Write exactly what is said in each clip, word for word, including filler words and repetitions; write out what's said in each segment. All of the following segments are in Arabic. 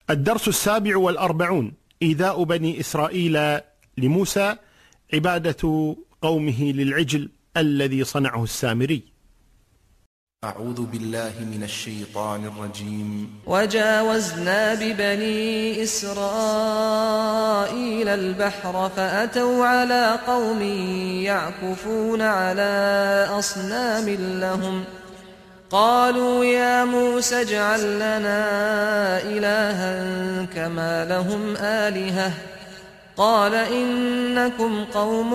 الدرس السابع والأربعون: إيذاء بني إسرائيل لموسى، عبادة قومه للعجل الذي صنعه السامري. أعوذ بالله من الشيطان الرجيم. وجاوزنا ببني إسرائيل البحر فأتوا على قوم يعكفون على أصنام لهم قالوا يا موسى اجعل لنا إلها كما لهم آلهة قال إنكم قوم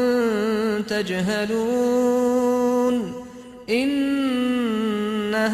تجهلون إن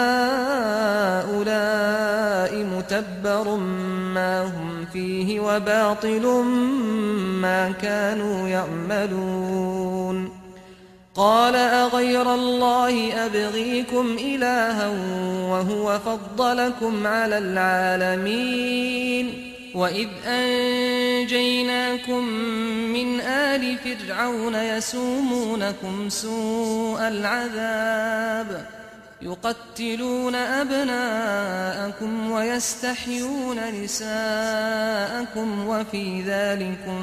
هؤلاء متبر ما هم فيه وباطل ما كانوا يعملون قال أغير الله أبغيكم إلها وهو فضلكم على العالمين وإذ أنجيناكم من آل فرعون يسومونكم سوء العذاب يقتلون أبناءكم ويستحيون نساءكم وفي ذلكم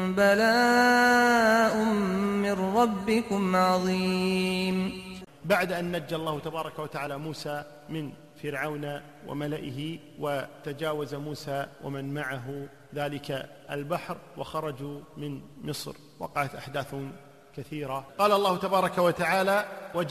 بلاء من ربكم عظيم. بعد أن نجى الله تبارك وتعالى موسى من فرعون وملئه، وتجاوز موسى ومن معه ذلك البحر وخرجوا من مصر، وقعت أحداث كثيرة. قال الله تبارك وتعالى: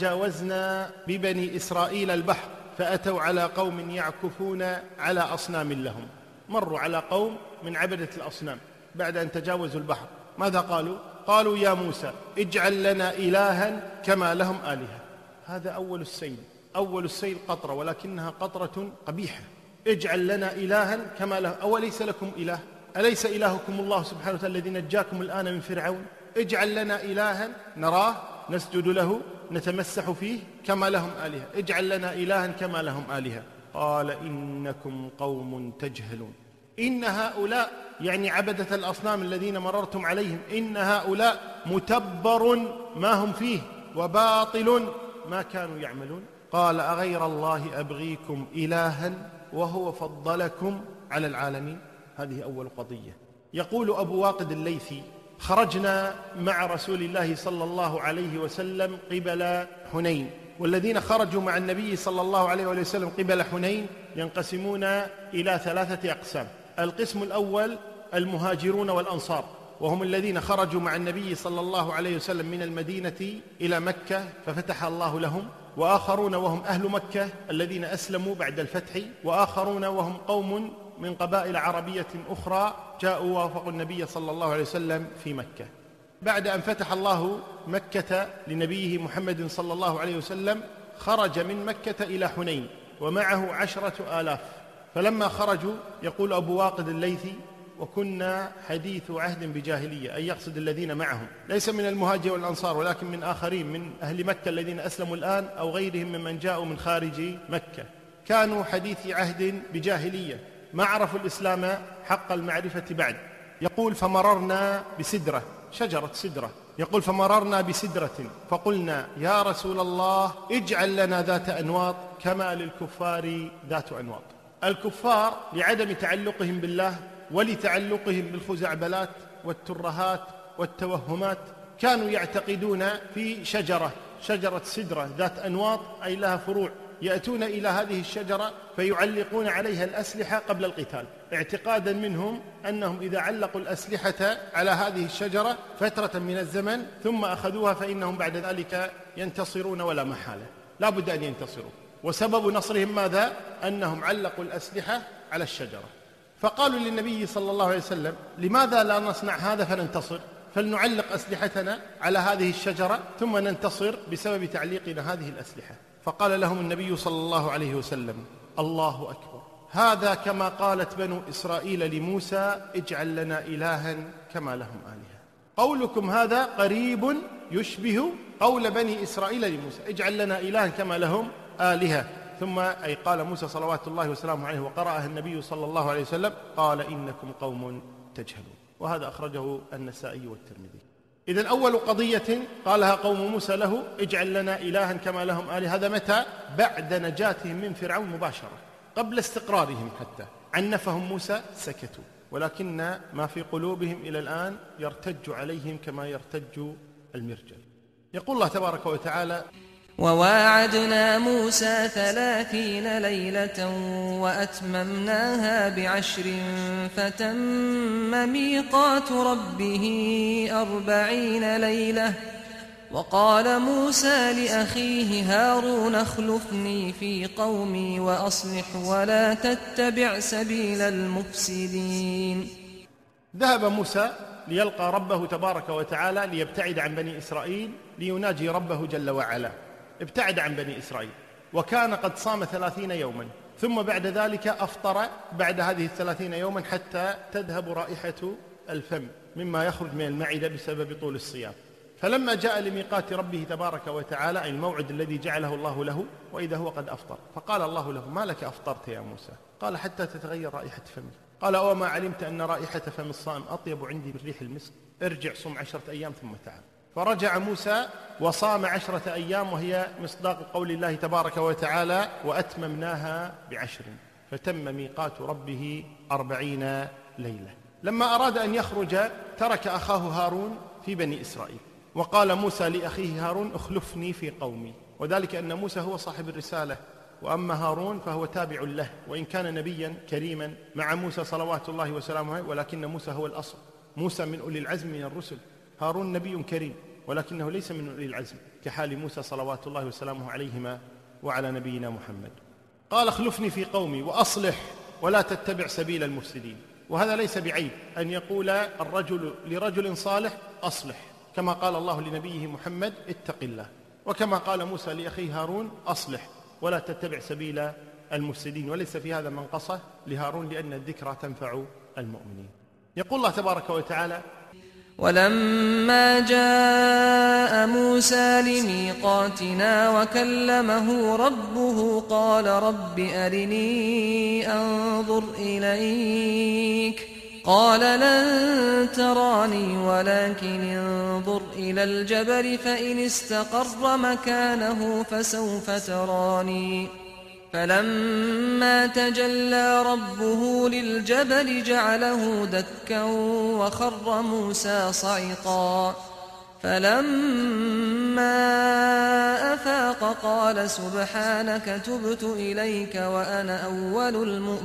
وجاوزنا ببني إسرائيل البحر فأتوا على قوم يعكفون على أصنام لهم. مروا على قوم من عبدة الأصنام بعد أن تجاوزوا البحر. ماذا قالوا؟ قالوا يا موسى اجعل لنا إلها كما لهم آلهة. هذا أول السيل، أول السيل قطرة، ولكنها قطرة قبيحة. اجعل لنا إلها كما لهم، أوليس لكم إله؟ أليس إلهكم الله سبحانه وتعالى الذي نجاكم الآن من فرعون؟ اجعل لنا إلها نراه نسجد له نتمسح فيه كما لهم آلهة، اجعل لنا إلها كما لهم آلهة. قال إنكم قوم تجهلون. إن هؤلاء يعني عبدة الأصنام الذين مررتم عليهم، إن هؤلاء متبر ما هم فيه وباطل ما كانوا يعملون. قال أغير الله أبغيكم إلها وهو فضلكم على العالمين. هذه أول قضية. يقول أبو واقد الليثي: خرجنا مع رسول الله صلى الله عليه وسلم قبل حنين، والذين خرجوا مع النبي صلى الله عليه وسلم قبل حنين ينقسمون إلى ثلاثة أقسام. القسم الأول المهاجرون والأنصار، وهم الذين خرجوا مع النبي صلى الله عليه وسلم من المدينة إلى مكة ففتح الله لهم، وآخرون وهم أهل مكة الذين أسلموا بعد الفتح، وآخرون وهم قوم من قبائل عربية أخرى جاءوا وافقوا النبي صلى الله عليه وسلم في مكة. بعد أن فتح الله مكة لنبيه محمد صلى الله عليه وسلم خرج من مكة إلى حنين ومعه عشرة آلاف. فلما خرجوا، يقول أبو واقد الليثي: وكنا حديث عهد بجاهلية، أي يقصد الذين معهم، ليس من المهاجر والأنصار ولكن من آخرين من أهل مكة الذين أسلموا الآن أو غيرهم ممن جاءوا من خارج مكة. كانوا حديث عهد بجاهلية، ما عرفوا الإسلام حق المعرفة بعد. يقول: فمررنا بسدرة، شجرة سدرة، يقول: فمررنا بسدرة فقلنا يا رسول الله اجعل لنا ذات أنواط كما للكفار ذات أنواط. الكفار لعدم تعلقهم بالله ولتعلقهم بالخزعبلات والترهات والتوهمات كانوا يعتقدون في شجرة شجرة سدرة ذات أنواط، أي لها فروع، يأتون إلى هذه الشجرة فيعلقون عليها الأسلحة قبل القتال، اعتقادا منهم أنهم إذا علقوا الأسلحة على هذه الشجرة فترة من الزمن ثم أخذوها فإنهم بعد ذلك ينتصرون ولا محالة، لا بد أن ينتصروا. وسبب نصرهم ماذا؟ أنهم علقوا الأسلحة على الشجرة. فقالوا للنبي صلى الله عليه وسلم: لماذا لا نصنع هذا فننتصر؟ فلنعلق أسلحتنا على هذه الشجرة ثم ننتصر بسبب تعليقنا هذه الأسلحة. فقال لهم النبي صلى الله عليه وسلم: الله أكبر، هذا كما قالت بنو إسرائيل لموسى اجعل لنا إلها كما لهم آلهة. قولكم هذا قريب يشبه قول بني إسرائيل لموسى اجعل لنا إلها كما لهم آلهة. ثم أي قال موسى صلوات الله وسلامه عليه وقرأها النبي صلى الله عليه وسلم قال إنكم قوم تجهلون. وهذا أخرجه النسائي والترمذي. إذن أول قضية قالها قوم موسى له اجعل لنا إلها كما لهم آلهة. هذا متى؟ بعد نجاتهم من فرعون مباشرة، قبل استقرارهم حتى. عنفهم موسى سكتوا، ولكن ما في قلوبهم إلى الآن يرتج عليهم كما يرتج المرجل. يقول الله تبارك وتعالى: وواعدنا موسى ثلاثين ليلة وأتممناها بعشر فتم ميقات ربه أربعين ليلة. وقال موسى لأخيه هارون اخلفني في قومي وأصلح ولا تتبع سبيل المفسدين. ذهب موسى ليلقى ربه تبارك وتعالى ليبتعد عن بني إسرائيل ليناجي ربه جل وعلا. ابتعد عن بني إسرائيل وكان قد صام ثلاثين يوما، ثم بعد ذلك أفطر بعد هذه الثلاثين يوما حتى تذهب رائحة الفم مما يخرج من المعدة بسبب طول الصيام. فلما جاء لميقات ربه تبارك وتعالى الموعد الذي جعله الله له وإذا هو قد أفطر، فقال الله له: ما لك أفطرت يا موسى؟ قال: حتى تتغير رائحة فمي. قال: أوما علمت أن رائحة فم الصائم أطيب عندي من ريح المسك؟ ارجع صم عشرة أيام ثم تعال. فرجع موسى وصام عشرة أيام، وهي مصداق قول الله تبارك وتعالى: وأتممناها بعشر فتم ميقات ربه أربعين ليلة. لما أراد أن يخرج ترك أخاه هارون في بني إسرائيل، وقال موسى لأخيه هارون: اخلفني في قومي، وذلك أن موسى هو صاحب الرسالة، وأما هارون فهو تابع له، وإن كان نبيا كريما مع موسى صلوات الله وسلامه عليه، ولكن موسى هو الأصل. موسى من أولي العزم من الرسل، هارون نبي كريم ولكنه ليس من أولي العزم كحال موسى صلوات الله وسلامه عليهما وعلى نبينا محمد. قال: اخلفني في قومي وأصلح ولا تتبع سبيل المفسدين. وهذا ليس بعيب أن يقول الرجل لرجل صالح: أصلح، كما قال الله لنبيه محمد: اتق الله، وكما قال موسى لأخيه هارون: أصلح ولا تتبع سبيل المفسدين. وليس في هذا منقصة لهارون لأن الذكرى تنفع المؤمنين. يقول الله تبارك وتعالى: ولما جاء موسى لميقاتنا وكلمه ربه قال رب أرني أنظر إليك قال لن تراني ولكن انظر إلى الجبل فإن استقر مكانه فسوف تراني. فلما تجلى ربه للجبل جعله دكا وخر موسى صعقا. فلما أفاق قال سبحانك تبت إليك وأنا أول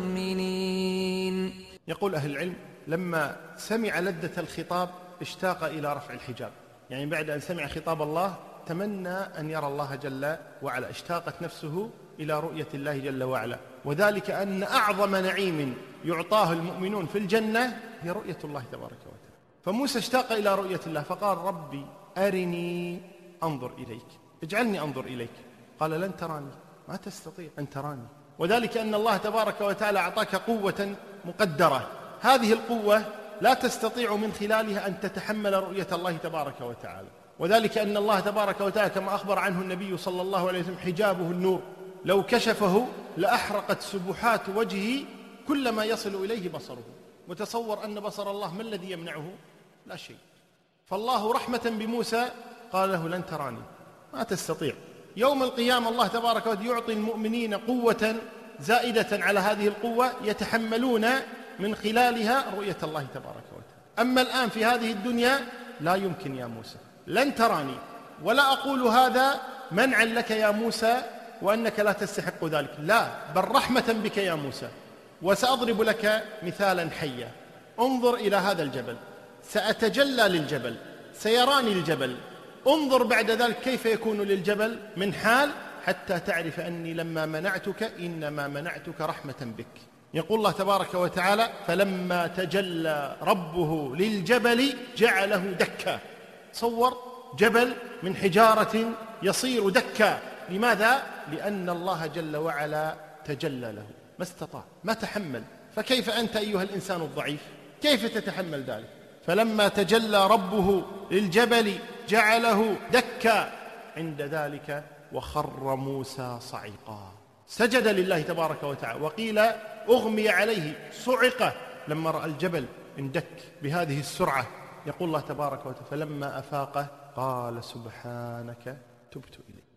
المؤمنين. يقول أهل العلم: لما سمع لذة الخطاب اشتاق إلى رفع الحجاب، يعني بعد أن سمع خطاب الله تمنى أن يرى الله جل وعلا، اشتاقت نفسه إلى رؤية الله جل وعلا، وذلك أن أعظم نعيم يعطاه المؤمنون في الجنة هي رؤية الله تبارك وتعالى. فموسى اشتاق إلى رؤية الله فقال: ربي أرني أنظر إليك، اجعلني أنظر إليك. قال: لن تراني، ما تستطيع أن تراني، وذلك أن الله تبارك وتعالى أعطاك قوة مقدرة، هذه القوة لا تستطيع من خلالها أن تتحمل رؤية الله تبارك وتعالى، وذلك أن الله تبارك وتعالى كما أخبر عنه النبي صلى الله عليه وسلم حجابه النور، لو كشفه لأحرقت سبحات وجهه كلما يصل إليه بصره. وتصور أن بصر الله ما الذي يمنعه؟ لا شيء. فالله رحمة بموسى قال له: لن تراني، ما تستطيع. يوم القيامة الله تبارك وتعالى يعطي المؤمنين قوة زائدة على هذه القوة يتحملون من خلالها رؤية الله تبارك وتعالى. أما الآن في هذه الدنيا لا يمكن يا موسى، لن تراني. ولا أقول هذا منعا لك يا موسى وأنك لا تستحق ذلك، لا، بل رحمة بك يا موسى. وسأضرب لك مثالا حيا. انظر إلى هذا الجبل، سأتجلى للجبل، سيراني الجبل. انظر بعد ذلك كيف يكون للجبل من حال حتى تعرف أني لما منعتك إنما منعتك رحمة بك. يقول الله تبارك وتعالى: فلما تجلى ربه للجبل جعله دكا. تصور جبل من حجارة يصير دكا. لماذا؟ لأن الله جل وعلا تجلى له، ما استطاع، ما تحمل. فكيف أنت أيها الإنسان الضعيف؟ كيف تتحمل ذلك؟ فلما تجلى ربه للجبل جعله دكا. عند ذلك وخر موسى صعقا، سجد لله تبارك وتعالى، وقيل أغمي عليه، صعق لما رأى الجبل اندك بهذه السرعة. يقول الله تبارك وتعالى: فلما أفاق قال سبحانك تبت إليك.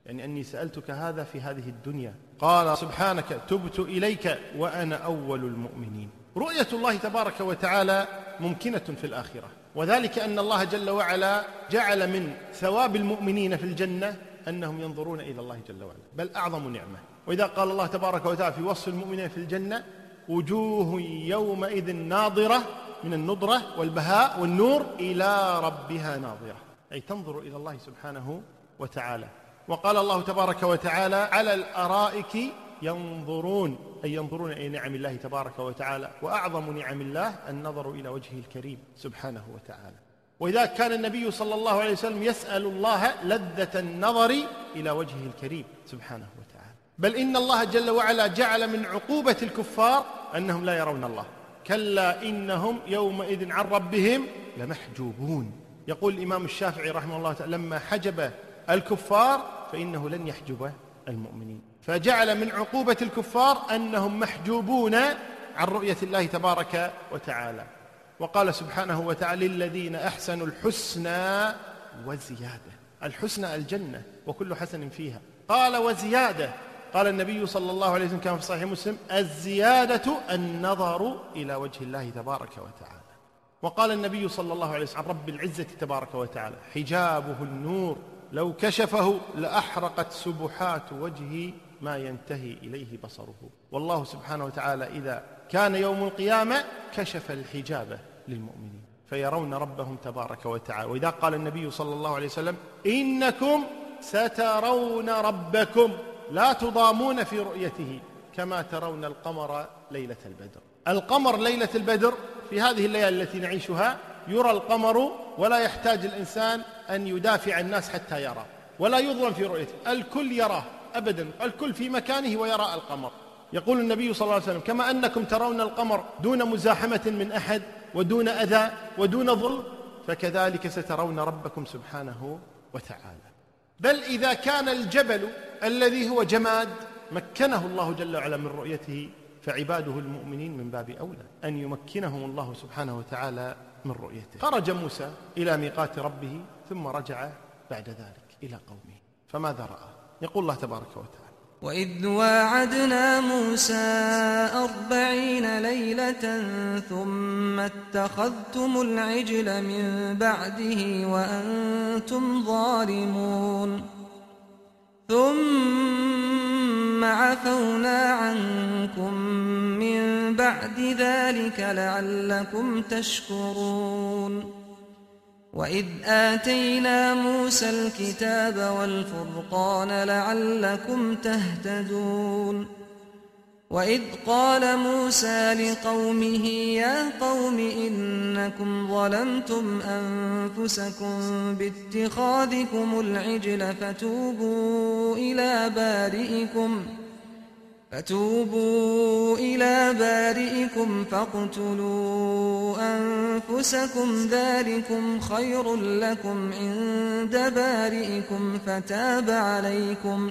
يعني أني سألتك هذا في هذه الدنيا. قال سبحانك تبت إليك وأنا أول المؤمنين. رؤية الله تبارك وتعالى ممكنة في الآخرة، وذلك أن الله جل وعلا جعل من ثواب المؤمنين في الجنة أنهم ينظرون إلى الله جل وعلا، بل أعظم نعمة. وإذا قال الله تبارك وتعالى في وصف المؤمنين في الجنة وجوه يومئذ ناظرة من النضرة والبهاء والنور إلى ربها ناظرة، أي تنظر إلى الله سبحانه وتعالى. وقال الله تبارك وتعالى على الأرائك ينظرون، أي ينظرون إلى نعم الله تبارك وتعالى، وأعظم نعم الله النظر إلى وجهه الكريم سبحانه وتعالى. وإذا كان النبي صلى الله عليه وسلم يسأل الله لذة النظر إلى وجهه الكريم سبحانه وتعالى، بل إن الله جل وعلا جعل من عقوبة الكفار أنهم لا يرون الله، كلا إنهم يومئذ عن ربهم لمحجوبون. يقول الإمام الشافعي رحمه الله تعالى لما حجب الكفار فإنه لن يحجب المؤمنين، فجعل من عقوبة الكفار أنهم محجوبون عن رؤية الله تبارك وتعالى. وقال سبحانه وتعالى للذين أحسنوا الحسنى وزيادة. الحسنى الجنة وكل حسن فيها، قال وزيادة. قال النبي صلى الله عليه وسلم كما في صحيح مسلم الزيادة النظر إلى وجه الله تبارك وتعالى. وقال النبي صلى الله عليه وسلم عن رب العزة تبارك وتعالى حجابه النور لو كشفه لأحرقت سبحات وجهه ما ينتهي إليه بصره. والله سبحانه وتعالى إذا كان يوم القيامة كشف الحجاب للمؤمنين فيرون ربهم تبارك وتعالى. وإذا قال النبي صلى الله عليه وسلم إنكم سترون ربكم لا تضامون في رؤيته كما ترون القمر ليلة البدر. القمر ليلة البدر في هذه الليالي التي نعيشها يرى القمر ولا يحتاج الإنسان أن يدافع الناس حتى يرى، ولا يظلم في رؤيته، الكل يراه أبدا، الكل في مكانه ويرى القمر. يقول النبي صلى الله عليه وسلم كما أنكم ترون القمر دون مزاحمة من أحد ودون أذى ودون ظلم فكذلك سترون ربكم سبحانه وتعالى. بل إذا كان الجبل الذي هو جماد مكنه الله جل وعلا من رؤيته فعباده المؤمنين من باب أولى أن يمكنهم الله سبحانه وتعالى من رؤيته. خرج موسى إلى ميقات ربه ثم رجع بعد ذلك إلى قومه، فماذا رأى؟ يقول الله تبارك وتعالى وإذ واعدنا موسى أربعين ليلة ثم اتخذتم العجل من بعده وأنتم ظالمون ثم عفونا عنكم من بعد ذلك لعلكم تشكرون. وإذ آتينا موسى الكتاب والفرقان لعلكم تهتدون. وإذ قال موسى لقومه يا قوم إنكم ظلمتم أنفسكم باتخاذكم العجل فتوبوا إلى بارئكم فتوبوا إلى بارئكم فاقتلوا أنفسكم ذلكم خير لكم عند بارئكم فتاب عليكم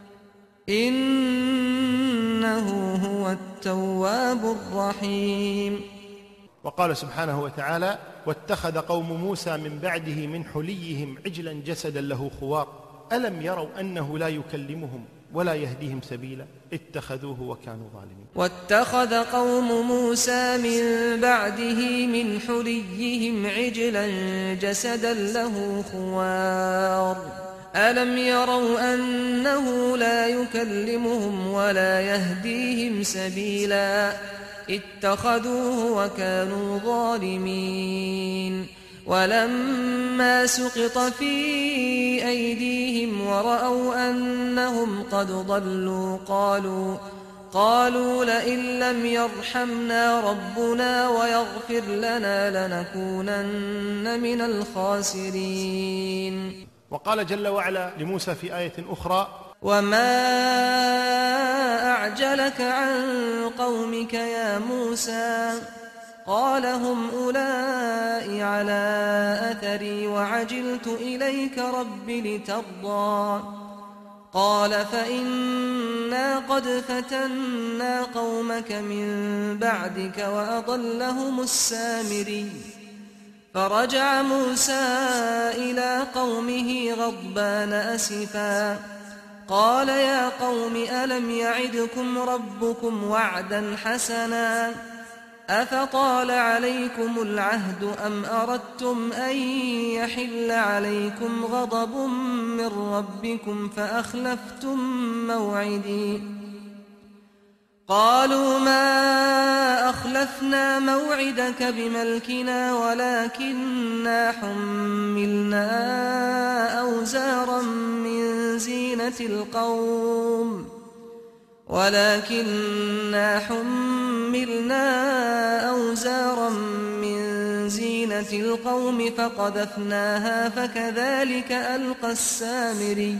إنه هو التواب الرحيم. وقال سبحانه وتعالى واتخذ قوم موسى من بعده من حليهم عجلا جسدا له خوار ألم يروا أنه لا يكلمهم ولا يهديهم سبيلا اتخذوه وكانوا ظالمين. واتخذ قوم موسى من بعده من حليهم عجلا جسدا له خوار ألم يروا أنه لا يكلمهم ولا يهديهم سبيلا اتخذوه وكانوا ظالمين. ولما سقط في أيديهم ورأوا أنهم قد ضلوا قالوا قالوا لئن لم يرحمنا ربنا ويغفر لنا لنكونن من الخاسرين. وقال جل وعلا لموسى في آية أخرى وما أعجلك عن قومك يا موسى قال هم أولئك على أثري وعجلت إليك رب لترضى قال فإنا قد فتنا قومك من بعدك وأضلهم السامري. فرجع موسى إلى قومه غضبان أسفا قال يا قوم ألم يعدكم ربكم وعدا حسنا أفطال عليكم العهد أم أردتم أن يحل عليكم غضب من ربكم فأخلفتم موعدي قالوا ما أخلفنا موعدك بملكنا ولكننا حملنا أوزارا من زينة القوم ولكننا حملنا أوزارا من زينة القوم فقذفناها فكذلك ألقى السامري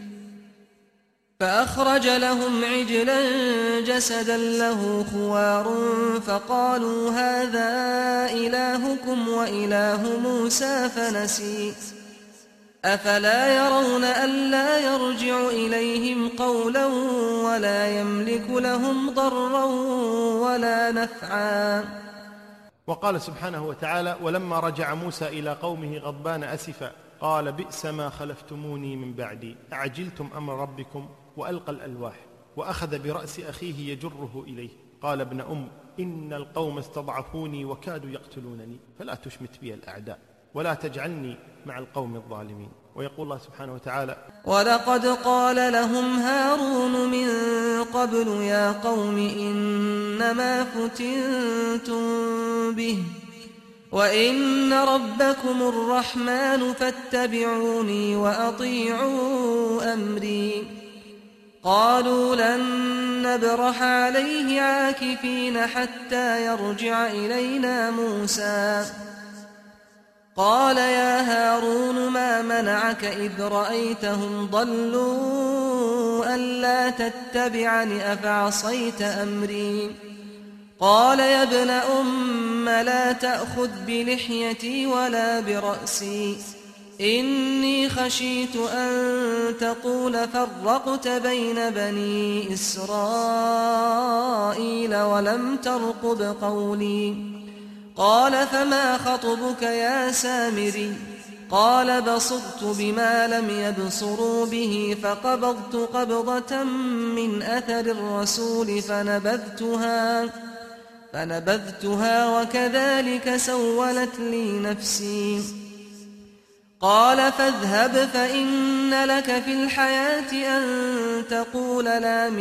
فأخرج لهم عجلا جسدا له خوار فقالوا هذا إلهكم وإله موسى فنسي أفلا يرون ألا يرجع إليهم قولا ولا يملك لهم ضرا ولا نفعا. وقال سبحانه وتعالى ولما رجع موسى إلى قومه غضبان أسفا قال بئس ما خلفتموني من بعدي أعجلتم أمر ربكم وألقى الألواح وأخذ برأس أخيه يجره إليه قال ابن أم إن القوم استضعفوني وكادوا يقتلونني فلا تشمت بي الأعداء ولا تجعلني مع القوم الظالمين. ويقول الله سبحانه وتعالى ولقد قال لهم هارون من قبل يا قوم إنما فتنتم به وإن ربكم الرحمن فاتبعوني وأطيعوا أمري قالوا لن نبرح عليه عاكفين حتى يرجع إلينا موسى قال يا هارون ما منعك إذ رأيتهم ضلوا ألا تتبعني أفعصيت أمري قال يا ابن أم لا تأخذ بلحيتي ولا برأسي إني خشيت أن تقول فرقت بين بني إسرائيل ولم ترقب قولي قال فما خطبك يا سامري قال بصرت بما لم يبصروا به فقبضت قبضة من أثر الرسول فنبذتها فنبذتها وكذلك سولت لي نفسي قال فاذهب فإن لك في الحياة أن تقول لا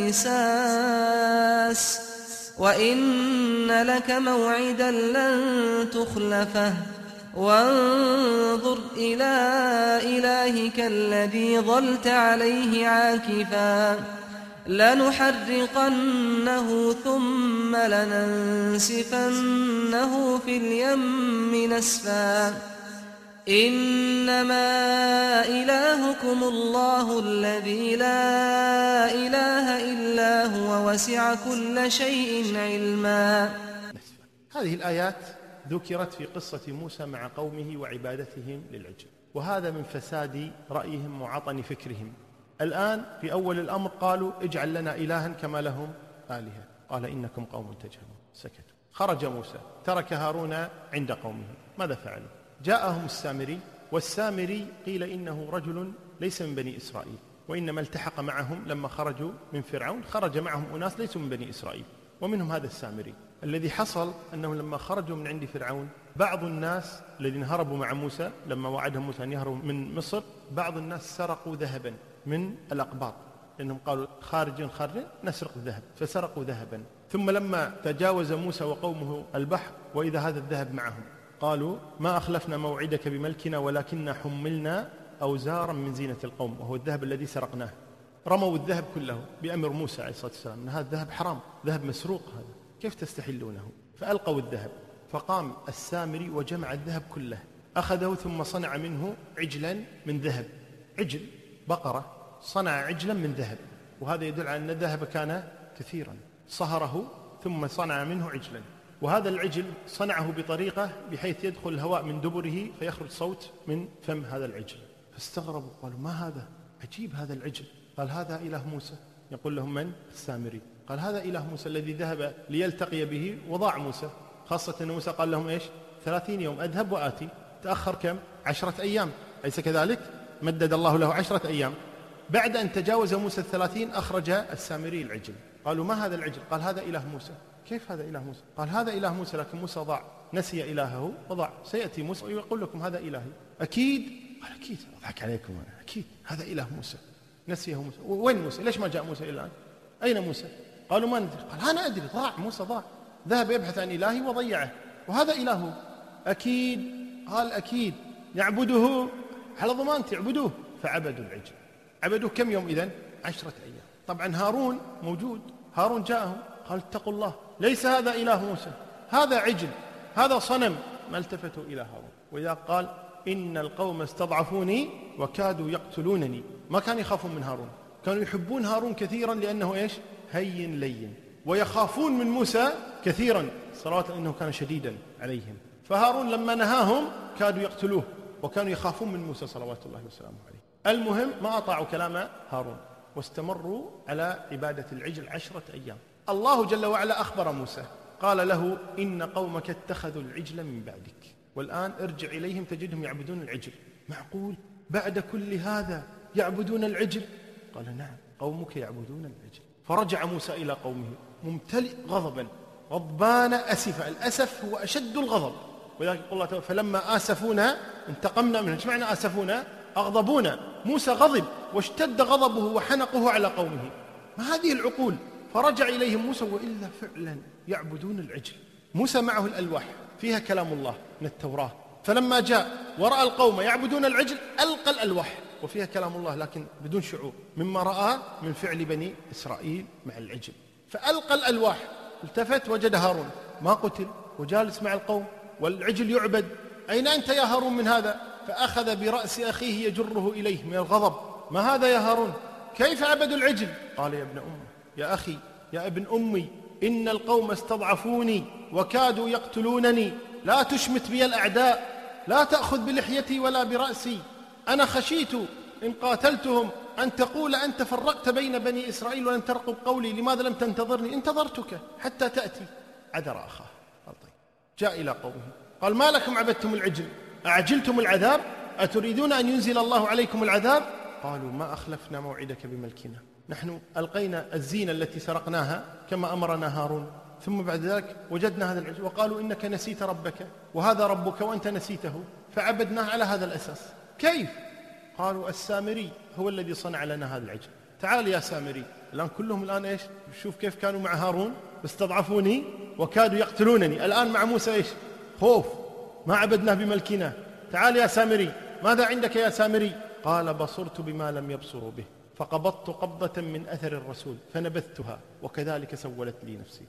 مساس وإن لك موعدا لن تخلفه وانظر إلى إلهك الذي ظلت عليه عاكفا لنحرقنه ثم لننسفنه في اليم نسفا إنما إلهكم الله الذي لا إله إلا هو وسع كل شيء علما. هذه الآيات ذكرت في قصة موسى مع قومه وعبادتهم للعجل، وهذا من فساد رأيهم وعطن فكرهم. الآن في أول الأمر قالوا اجعل لنا إلها كما لهم آلهة، قال إنكم قوم تجهلون، سكتوا. خرج موسى ترك هارون عند قومه، ماذا فعلوا؟ جاءهم السامري، والسامري قيل إنه رجل ليس من بني إسرائيل، وإنما التحق معهم لما خرجوا من فرعون، خرج معهم أناس ليسوا من بني إسرائيل، ومنهم هذا السامري. الذي حصل أنهم لما خرجوا من عند فرعون بعض الناس الذين هربوا مع موسى لما وعدهم موسى أن يهربوا من مصر، بعض الناس سرقوا ذهبا من الأقباط، لأنهم قالوا خارجين خارجين نسرق الذهب، فسرقوا ذهبا. ثم لما تجاوز موسى وقومه البحر وإذا هذا الذهب معهم، قالوا ما أخلفنا موعدك بملكنا ولكننا حملنا أوزارا من زينة القوم، وهو الذهب الذي سرقناه. رموا الذهب كله بأمر موسى عليه الصلاة والسلام أن هذا الذهب حرام، ذهب مسروق، هذا كيف تستحلونه؟ فألقوا الذهب. فقام السامري وجمع الذهب كله، أخذه ثم صنع منه عجلا من ذهب، عجل بقرة، صنع عجلا من ذهب، وهذا يدل على أن الذهب كان كثيرا، صهره ثم صنع منه عجلا. وهذا العجل صنعه بطريقة بحيث يدخل الهواء من دبره فيخرج صوت من فم هذا العجل. فاستغربوا قالوا ما هذا؟ عجيب هذا العجل. قال هذا إله موسى. يقول لهم من؟ السامري. قال هذا إله موسى الذي ذهب ليلتقي به وضاع موسى، خاصة أن موسى قال لهم إيش؟ ثلاثين يوم أذهب وآتي، تأخر كم؟ عشرة أيام، أليس كذلك؟ مدد الله له عشرة أيام. بعد أن تجاوز موسى الثلاثين أخرج السامري العجل. قالوا ما هذا العجل؟ قال هذا إله موسى. كيف هذا إله موسى؟ قال هذا إله موسى، لكن موسى ضاع، نسي إلهه وضاع، سيأتي موسى ويقول لكم هذا إلهي. أكيد؟ قال أكيد، أضحك عليكم أنا، أكيد هذا إله موسى، نسيه موسى. وين موسى؟ ليش ما جاء موسى إلى الآن؟ أين موسى؟ قالوا ما ندري. قال أنا أدري، ضاع، موسى ضاع، ذهب يبحث عن إلهي وضيعه، وهذا إلهه. أكيد؟ قال أكيد، يعبده على ضمانتي، يعبدوه. فعبدوا العجل. عبدوه كم يوم إذن؟ عشرة أيام. طبعا هارون موجود، هارون جاءهم قال اتقوا الله، ليس هذا إله موسى، هذا عجل، هذا صنم. ما التفتوا إلى هارون. وإذا قال إن القوم استضعفوني وكادوا يقتلونني، ما كانوا يخافون من هارون، كانوا يحبون هارون كثيرا لأنه إيش؟ هين لين، ويخافون من موسى كثيرا صراحة أنه كان شديدا عليهم. فهارون لما نهاهم كادوا يقتلوه، وكانوا يخافون من موسى صلوات الله وسلامه عليه. المهم ما أطاعوا كلام هارون واستمروا على عبادة العجل عشرة أيام. الله جل وعلا أخبر موسى قال له إن قومك اتخذوا العجل من بعدك، والآن ارجع إليهم تجدهم يعبدون العجل. معقول بعد كل هذا يعبدون العجل؟ قال نعم، قومك يعبدون العجل. فرجع موسى إلى قومه ممتلئ غضبا، غضبان أسفا. الأسف هو أشد الغضب، ولذلك يقول الله تعالى فلما آسفونا انتقمنا منهم. ايش معنى آسفونا؟ أغضبونا. موسى غضب واشتد غضبه وحنقه على قومه. ما هذه العقول؟ فرجع إليهم موسى وإلا فعلا يعبدون العجل. موسى معه الألواح فيها كلام الله من التوراة، فلما جاء ورأى القوم يعبدون العجل ألقى الألواح وفيها كلام الله لكن بدون شعور، مما رأى من فعل بني إسرائيل مع العجل. فألقى الألواح، التفت وجد هارون ما قتل وجالس مع القوم والعجل يعبد. أين أنت يا هارون من هذا؟ فأخذ برأس أخيه يجره إليه من الغضب. ما هذا يا هارون؟ كيف عبدوا العجل؟ قال يا ابن أمي، يا أخي، يا ابن أمي، إن القوم استضعفوني وكادوا يقتلونني، لا تشمت بي الأعداء، لا تأخذ بلحيتي ولا برأسي، أنا خشيت إن قاتلتهم أن تقول أنت فرقت بين بني إسرائيل ولن ترقب قولي، لماذا لم تنتظرني؟ انتظرتك حتى تأتي. عذر أخاه. قال طيب. جاء إلى قومه قال ما لكم عبدتم العجل؟ أعجلتم العذاب؟ أتريدون أن ينزل الله عليكم العذاب؟ قالوا ما أخلفنا موعدك بملكنا، نحن ألقينا الزينة التي سرقناها كما أمرنا هارون، ثم بعد ذلك وجدنا هذا العجل وقالوا إنك نسيت ربك وهذا ربك وأنت نسيته فعبدناه على هذا الأساس. كيف؟ قالوا السامري هو الذي صنع لنا هذا العجل. تعال يا سامري. الآن كلهم الآن إيش؟ شوف كيف كانوا مع هارون استضعفوني وكادوا يقتلونني، الآن مع موسى إيش؟ خوف، ما عبدناه بملكنا. تعال يا سامري، ماذا عندك يا سامري؟ قال بصرت بما لم يبصروا به فقبضت قبضة من أثر الرسول فنبذتها وكذلك سولت لي نفسي.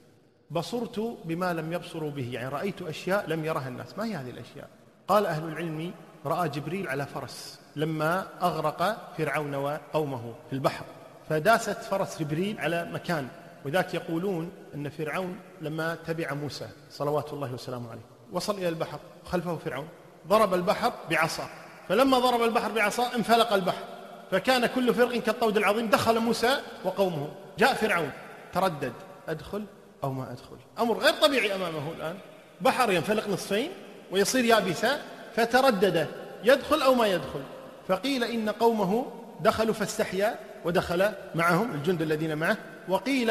بصرت بما لم يبصروا به، يعني رأيت أشياء لم يرها الناس. ما هي هذه الأشياء؟ قال أهل العلم رأى جبريل على فرس لما أغرق فرعون وقومه في البحر، فداست فرس جبريل على مكان، وذاك يقولون أن فرعون لما تبع موسى صلوات الله وسلامه عليه وصل إلى البحر خلفه فرعون، ضرب البحر بعصا، فلما ضرب البحر بعصا انفلق البحر فكان كل فرق كالطود العظيم. دخل موسى وقومه، جاء فرعون تردد أدخل أو ما أدخل، أمر غير طبيعي أمامه الآن، بحر ينفلق نصفين ويصير يابسا، فتردد يدخل أو ما يدخل. فقيل إن قومه دخلوا فاستحيا ودخل معهم الجند الذين معه، وقيل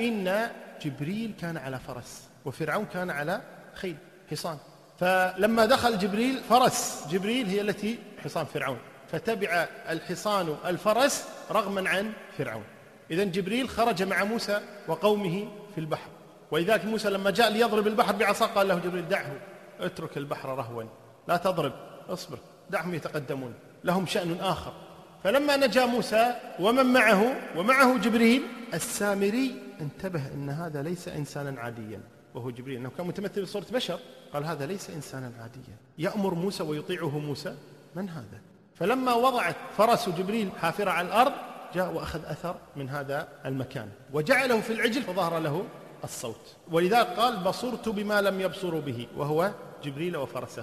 إن جبريل كان على فرس وفرعون كان على خيل حصان، فلما دخل جبريل فرس جبريل هي التي حصان فرعون، فتبع الحصان الفرس رغما عن فرعون. إذن جبريل خرج مع موسى وقومه في البحر، ولذلك موسى لما جاء ليضرب البحر بعصا قال له جبريل دعه، اترك البحر رهوا، لا تضرب، اصبر، دعهم يتقدمون، لهم شأن آخر. فلما نجا موسى ومن معه ومعه جبريل، السامري انتبه أن هذا ليس إنسانا عاديا، وهو جبريل أنه كان متمثل بصورة بشر، قال هذا ليس إنسانا عاديا يأمر موسى ويطيعه موسى، من هذا؟ فلما وضعت فرس جبريل حافرة على الأرض جاء وأخذ أثر من هذا المكان وجعله في العجل فظهر له الصوت، ولذلك قال بصرت بما لم يبصروا به، وهو جبريل وفرسه.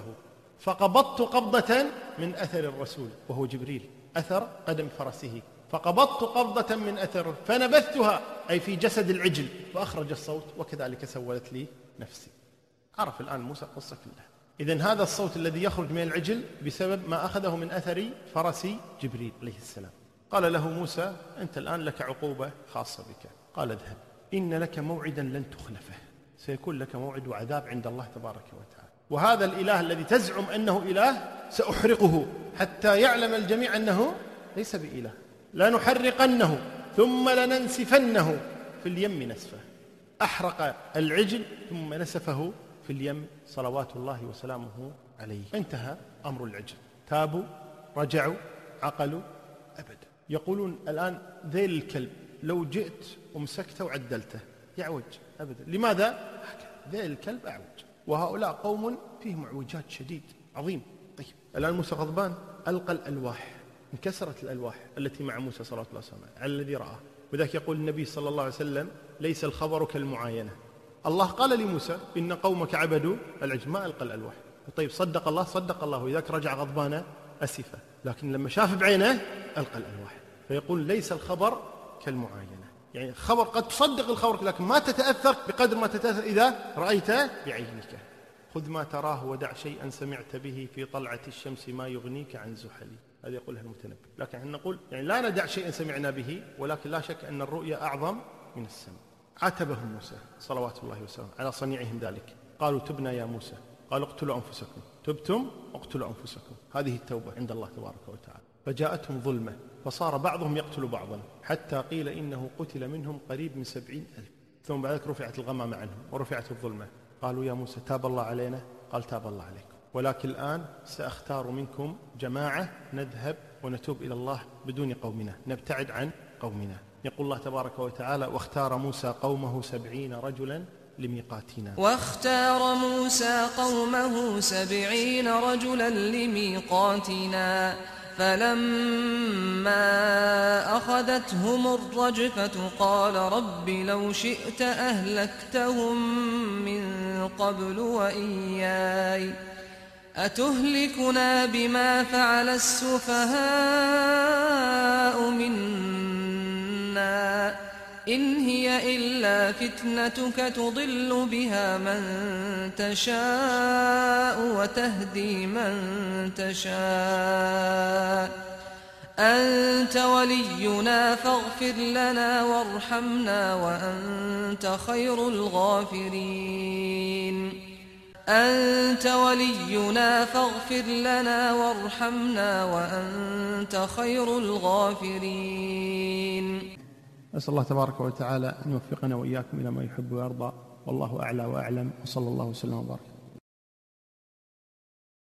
فقبضت قبضة من أثر الرسول، وهو جبريل، أثر قدم فرسه، فقبضت قبضة من أثر فنبذتها، أي في جسد العجل، فأخرج الصوت وكذلك سولت لي نفسي. عرف الآن موسى قصة كلها. إذن هذا الصوت الذي يخرج من العجل بسبب ما أخذه من أثر فرس جبريل عليه السلام. قال له موسى: أنت الآن لك عقوبة خاصة بك. قال: اذهب، إن لك موعدا لن تخلفه، سيكون لك موعد وعذاب عند الله تبارك وتعالى، وهذا الإله الذي تزعم أنه إله سأحرقه حتى يعلم الجميع أنه ليس بإله، لنحرقنه ثم لننسفنه في اليم نسفه. أحرق العجل ثم نسفه في اليم صلوات الله وسلامه عليه. انتهى أمر العجل، تابوا، رجعوا، عقلوا، أبدا. يقولون الآن ذيل الكلب لو جئت ومسكته وعدلته يعوج أبدا. لماذا؟ ذيل الكلب أعوج، وهؤلاء قوم فيهم اعوجاج شديد عظيم. طيب الآن موسى غضبان، ألقى الألواح، انكسرت الألواح التي مع موسى صلى الله عليه وسلم على الذي رآه. وذلك يقول النبي صلى الله عليه وسلم: ليس الخبر كالمعاينة. الله قال لموسى: إن قومك عبدوا العجل، ما ألقى الألواح. طيب صدق الله، صدق الله، وإذاك رجع غضبانا أسفا، لكن لما شاف بعينه ألقى الألواح. فيقول: ليس الخبر كالمعاينة، يعني الخبر قد تصدق الخبر لكن ما تتأثر بقدر ما تتأثر إذا رأيته بعينك. خذ ما تراه ودع شيئا سمعت به في طلعة الشمس ما يغنيك عن زحلي. هذا يقولها المتنبي. لكن احنا نقول يعني لا ندع شيئا سمعنا به، ولكن لا شك أن الرؤيا أعظم من السمع. عاتبهم موسى صلوات الله وسلامه على صنيعهم ذلك. قالوا: تبنا يا موسى. قالوا: اقتلوا أنفسكم. تبتم اقتلوا أنفسكم. هذه التوبة عند الله تبارك وتعالى. فجاءتهم ظلمة فصار بعضهم يقتل بعضا، حتى قيل إنه قتل منهم قريب من سبعين ألف. ثم بعد ذلك رفعت الغمة عنهم ورفعت الظلمة. قالوا: يا موسى تاب الله علينا. قال: تاب الله عليكم، ولكن الآن سأختار منكم جماعة نذهب ونتوب إلى الله بدون قومنا، نبتعد عن قومنا. يقول الله تبارك وتعالى: واختار موسى قومه سبعين رجلا لميقاتنا. واختار موسى قومه سبعين رجلا لميقاتنا، فلما أخذتهم الرجفة قال: رب لو شئت أهلكتهم من قبل وإياي، أتهلكنا بما فعل السفهاء منا، إن هي إلا فتنتك تضل بها من تشاء وتهدي من تشاء، أنت ولينا فاغفر لنا وارحمنا وأنت خير الغافرين. أنت ولينا فاغفر لنا وارحمنا وأنت خير الغافرين. أسأل الله تبارك وتعالى أن يوفقنا وإياكم إلى ما يحب ويرضى، والله أعلى وأعلم، وصلى الله وسلم وبارك.